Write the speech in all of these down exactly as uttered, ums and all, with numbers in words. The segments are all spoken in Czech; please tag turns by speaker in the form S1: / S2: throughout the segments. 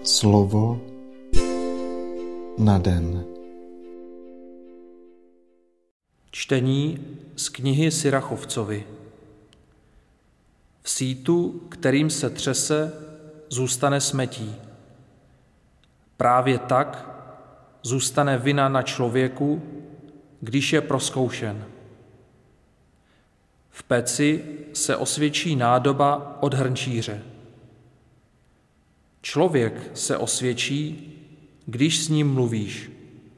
S1: Slovo na den.
S2: Čtení z knihy Sirachovcovi. V sítu, kterým se třese, zůstane smetí. Právě tak zůstane vina na člověku, když je prozkoušen. V peci se osvědčí nádoba od hrnčíře. Člověk se osvědčí, když s ním mluvíš.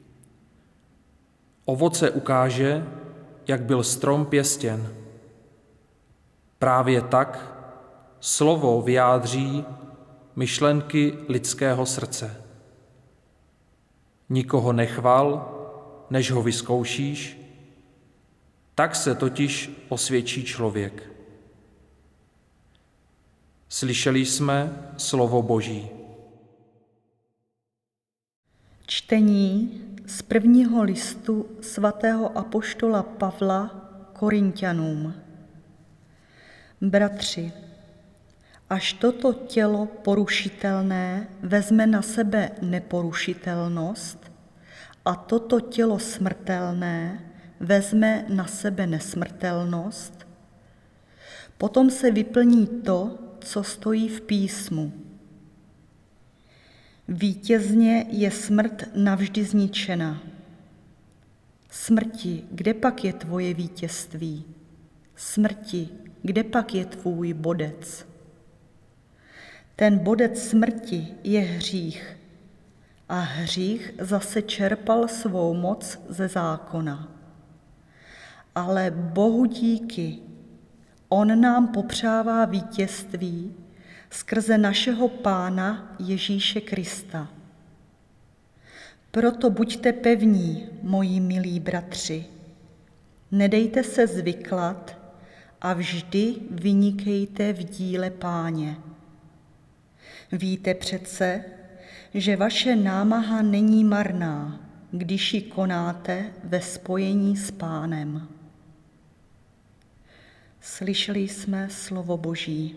S2: Ovoce ukáže, jak byl strom pěstěn. Právě tak slovo vyjádří myšlenky lidského srdce. Nikoho nechval, než ho vyzkoušíš, tak se totiž osvědčí člověk. Slyšeli jsme slovo Boží.
S3: Čtení z prvního listu svatého apoštola Pavla Korinťanům. Bratři, až toto tělo porušitelné vezme na sebe neporušitelnost a toto tělo smrtelné vezme na sebe nesmrtelnost, potom se vyplní to, co stojí v písmu. Vítězně je smrt navždy zničena. Smrti, kde pak je tvoje vítězství? Smrti, kde pak je tvůj bodec? Ten bodec smrti je hřích a hřích zase čerpal svou moc ze zákona. Ale Bohu díky, on nám popřává vítězství skrze našeho Pána Ježíše Krista. Proto buďte pevní, moji milí bratři, nedejte se zvyklat a vždy vynikejte v díle Páně. Víte přece, že vaše námaha není marná, když ji konáte ve spojení s Pánem. Slyšeli jsme slovo Boží.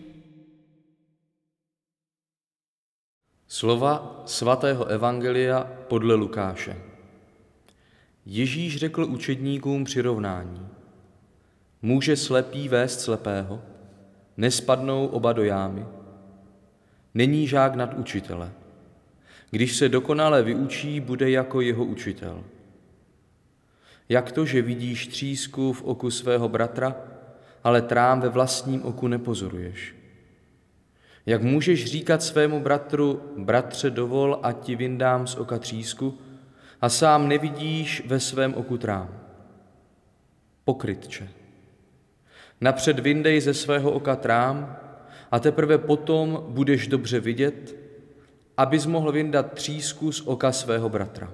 S4: Slova svatého evangelia podle Lukáše. Ježíš řekl učedníkům přirovnání. Může slepý vést slepého? Nespadnou oba do jámy? Není žák nad učitele. Když se dokonale vyučí, bude jako jeho učitel. Jak to, že vidíš třísku v oku svého bratra, ale trám ve vlastním oku nepozoruješ? Jak můžeš říkat svému bratru, bratře, dovol, ať ti vyndám z oka třísku, a sám nevidíš ve svém oku trám? Pokrytče. Napřed vyndej ze svého oka trám a teprve potom budeš dobře vidět, abys mohl vyndat třísku z oka svého bratra.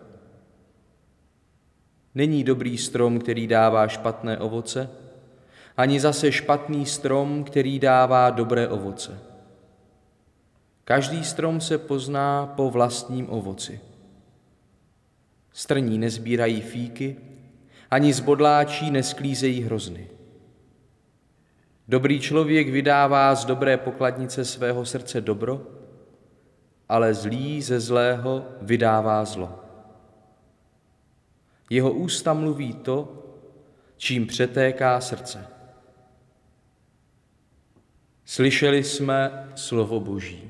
S4: Není dobrý strom, který dává špatné ovoce, ani zase špatný strom, který dává dobré ovoce. Každý strom se pozná po vlastním ovoci. Strní nezbírají fíky, ani z bodláčí nesklízejí hrozny. Dobrý člověk vydává z dobré pokladnice svého srdce dobro, ale zlý ze zlého vydává zlo. Jeho ústa mluví to, čím přetéká srdce. Slyšeli jsme slovo Boží.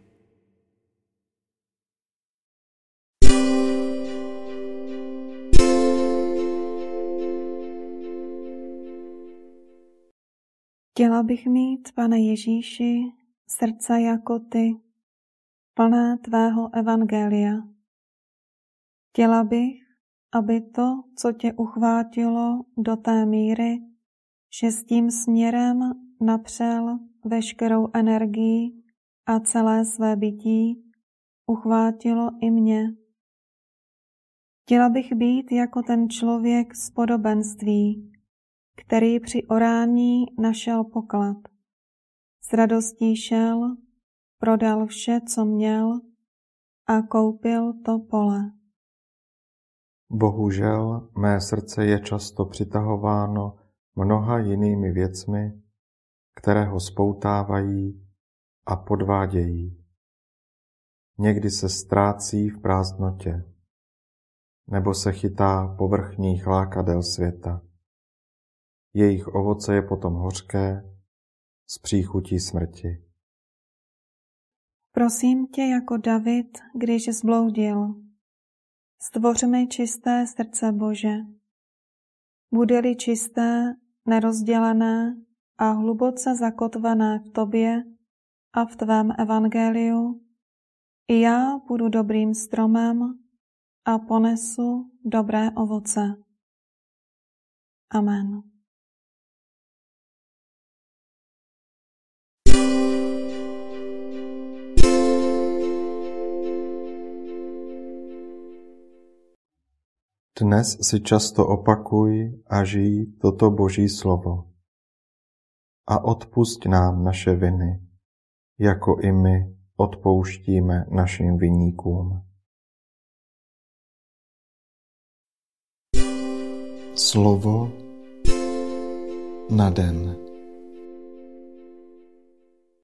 S5: Chtěla bych mít, Pane Ježíši, srdce jako ty, plné tvého evangelia. Chtěla bych, aby to, co tě uchvátilo do té míry, že s tím směrem napřel veškerou energii a celé své bytí, uchvátilo i mě. Chtěla bych být jako ten člověk z podobenství, který při orání našel poklad. S radostí šel, prodal vše, co měl, a koupil to pole.
S1: Bohužel mé srdce je často přitahováno mnoha jinými věcmi, které ho spoutávají a podvádějí. někdy se ztrácí v prázdnotě, nebo se chytá povrchních lákadel světa. Jejich ovoce je potom hořké, s příchutí smrti.
S5: Prosím tě jako David, když zbloudil. Stvoř mi čisté srdce, Bože. Bude-li čisté, nerozdělené a hluboce zakotvené v tobě a v tvém evangeliu, i já budu dobrým stromem a ponesu dobré ovoce. Amen.
S1: Dnes si často opakuj a žij toto Boží slovo. A odpusť nám naše viny, jako i my odpouštíme našim viníkům. Slovo na den.